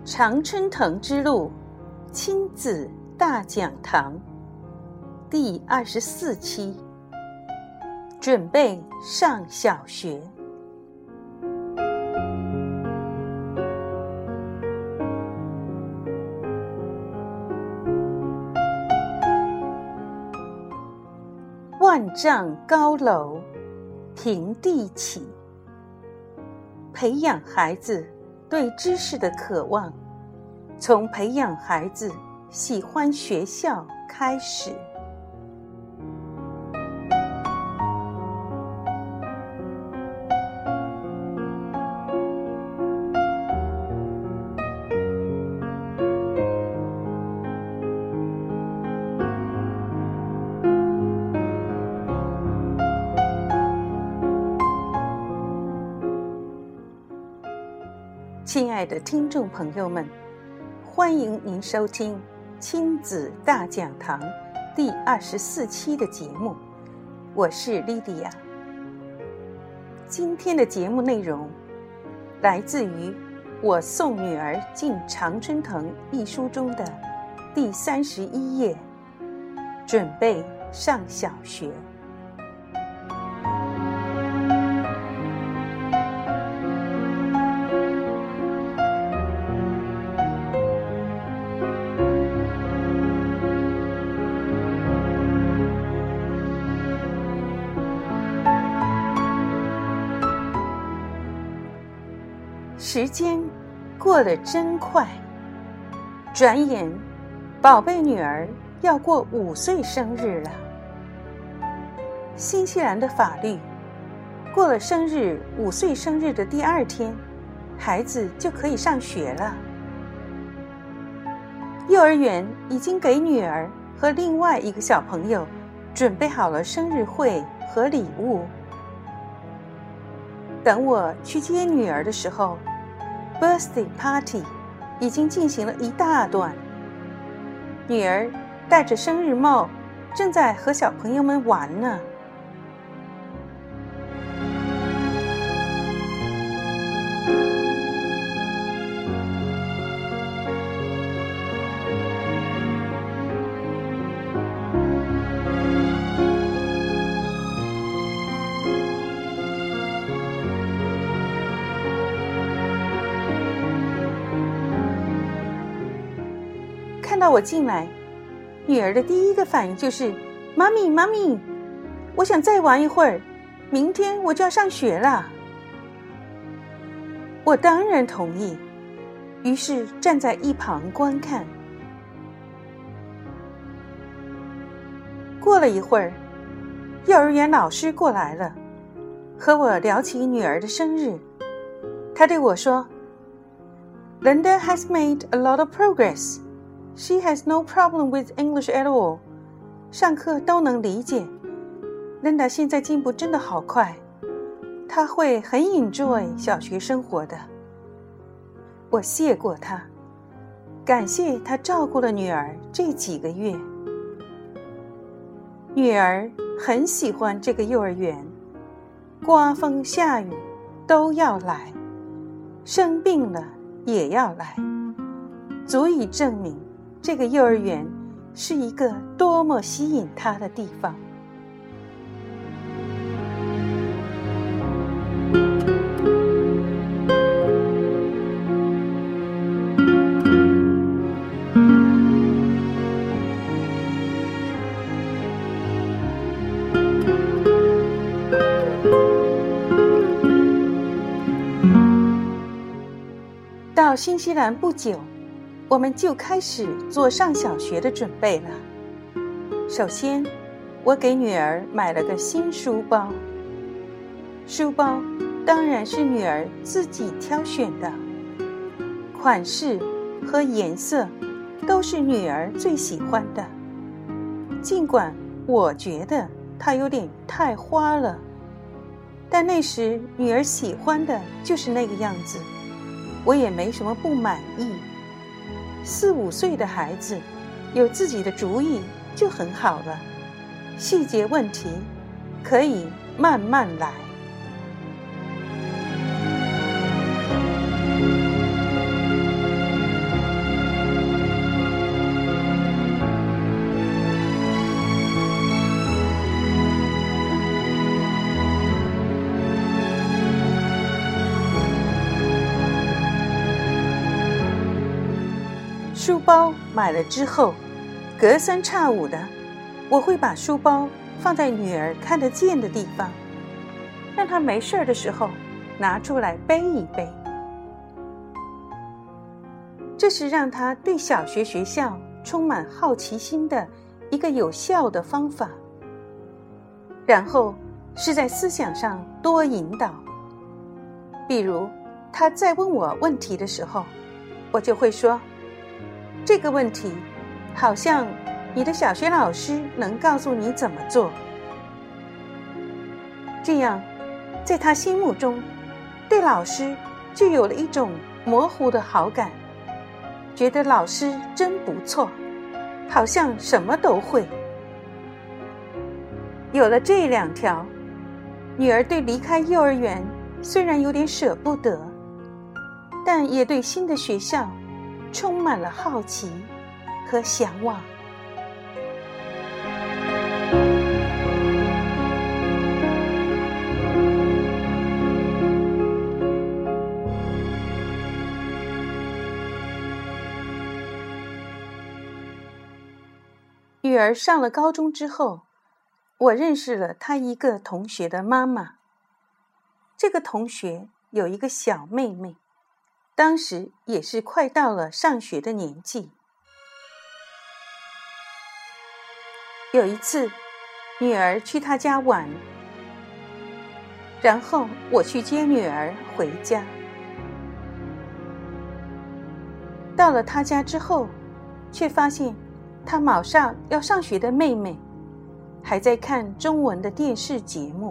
常春藤之路亲子大讲堂第24期，准备上小学。万丈高楼平地起，培养孩子对知识的渴望，从培养孩子喜欢学校开始。亲爱的听众朋友们，欢迎您收听亲子大讲堂第24期的节目，我是莉迪亚。今天的节目内容来自于《我送女儿进常春藤》一书中的第31页，准备上小学。时间过得真快，转眼宝贝女儿要过5岁生日了。新西兰的法律，过了生日5岁生日的第2天，孩子就可以上学了。幼儿园已经给女儿和另外一个小朋友准备好了生日会和礼物。等我去接女儿的时候，Birthday Party 已经进行了一大段，女儿戴着生日帽，正在和小朋友们玩呢。看到我进来，女儿的第一个反应就是妈咪妈咪，我想再玩一会儿，明天我就要上学了。我当然同意，于是站在一旁观看。过了一会儿，幼儿园老师过来了，和我聊起女儿的生日。他对我说 Linda has made a lot of progress.She has no problem with English at all. 上课都能理解。Linda 现在进步真的好快，她会很 enjoy 小学生活的。我谢过她，感谢她照顾了女儿这几个月。女儿很喜欢这个幼儿园，刮风下雨都要来，生病了也要来，足以证明这个幼儿园是一个多么吸引他的地方。到新西兰不久，我们就开始做上小学的准备了。首先，我给女儿买了个新书包。书包当然是女儿自己挑选的，款式和颜色都是女儿最喜欢的。尽管我觉得它有点太花了，但那时女儿喜欢的就是那个样子，我也没什么不满意。4、5岁的孩子有自己的主意就很好了，细节问题可以慢慢来。 书包买了之后，隔三差五的，我会把书包放在女儿看得见的地方，让她没事的时候拿出来背一背。这是让她对小学学校充满好奇心的一个有效的方法。然后是在思想上多引导，比如她在问我问题的时候，我就会说，这个问题好像你的小学老师能告诉你怎么做。这样在她心目中，对老师就有了一种模糊的好感，觉得老师真不错，好像什么都会。有了这2条，女儿对离开幼儿园虽然有点舍不得，但也对新的学校充满了好奇和向往。女儿上了高中之后，我认识了她一个同学的妈妈。这个同学有一个小妹妹，当时也是快到了上学的年纪。有一次，女儿去她家玩，然后我去接女儿回家。到了她家之后，却发现她马上要上学的妹妹还在看中文的电视节目。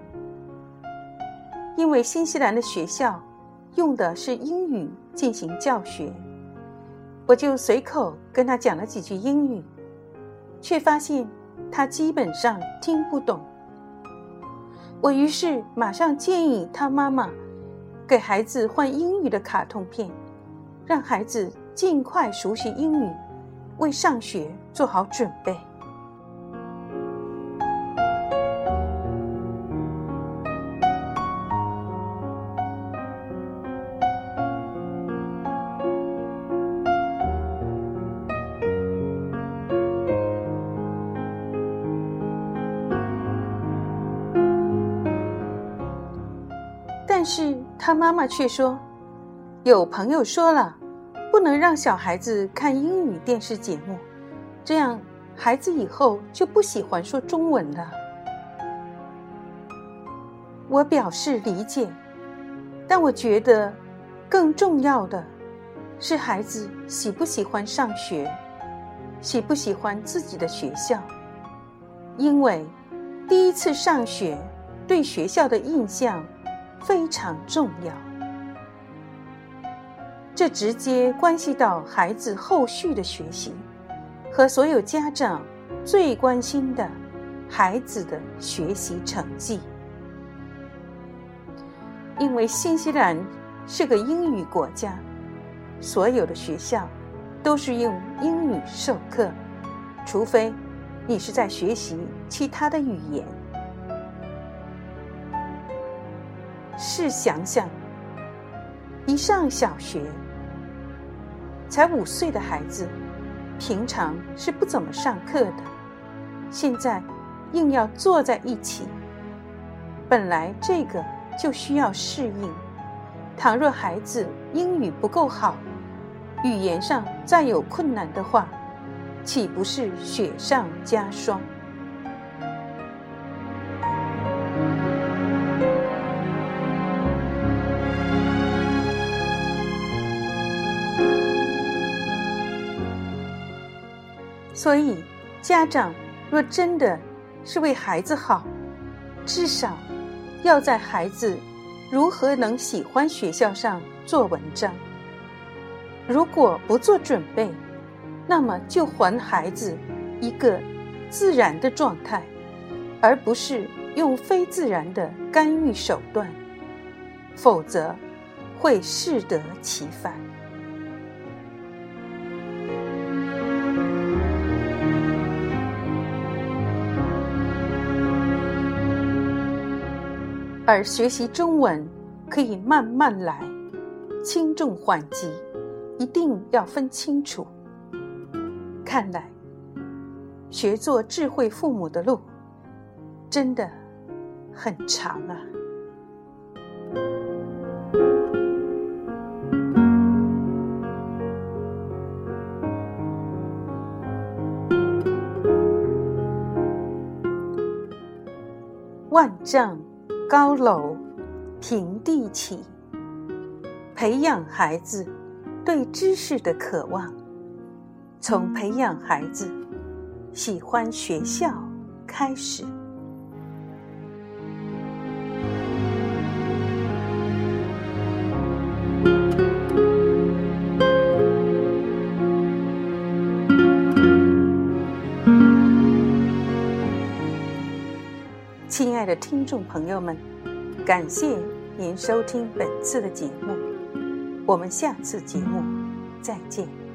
因为新西兰的学校用的是英语进行教学，我就随口跟她讲了几句英语，却发现她基本上听不懂。我于是马上建议她妈妈给孩子换英语的卡通片，让孩子尽快熟悉英语，为上学做好准备。但是他妈妈却说，有朋友说了，不能让小孩子看英语电视节目，这样孩子以后就不喜欢说中文了。我表示理解，但我觉得更重要的是孩子喜不喜欢上学，喜不喜欢自己的学校。因为第一次上学对学校的印象非常重要，这直接关系到孩子后续的学习和所有家长最关心的孩子的学习成绩。因为新西兰是个英语国家，所有的学校都是用英语授课，除非你是在学习其他的语言。试想想，一上小学，才5岁的孩子，平常是不怎么上课的，现在硬要坐在一起，本来这个就需要适应。倘若孩子英语不够好，语言上再有困难的话，岂不是雪上加霜？所以家长若真的是为孩子好，至少要在孩子如何能喜欢学校上做文章。如果不做准备，那么就还孩子一个自然的状态，而不是用非自然的干预手段，否则会适得其反。而学习中文可以慢慢来，轻重缓急一定要分清楚。 看来，学做智慧父母的路真的很长啊。万丈高楼平地起，培养孩子对知识的渴望，从培养孩子喜欢学校开始。亲爱的听众朋友们，感谢您收听本次的节目，我们下次节目再见。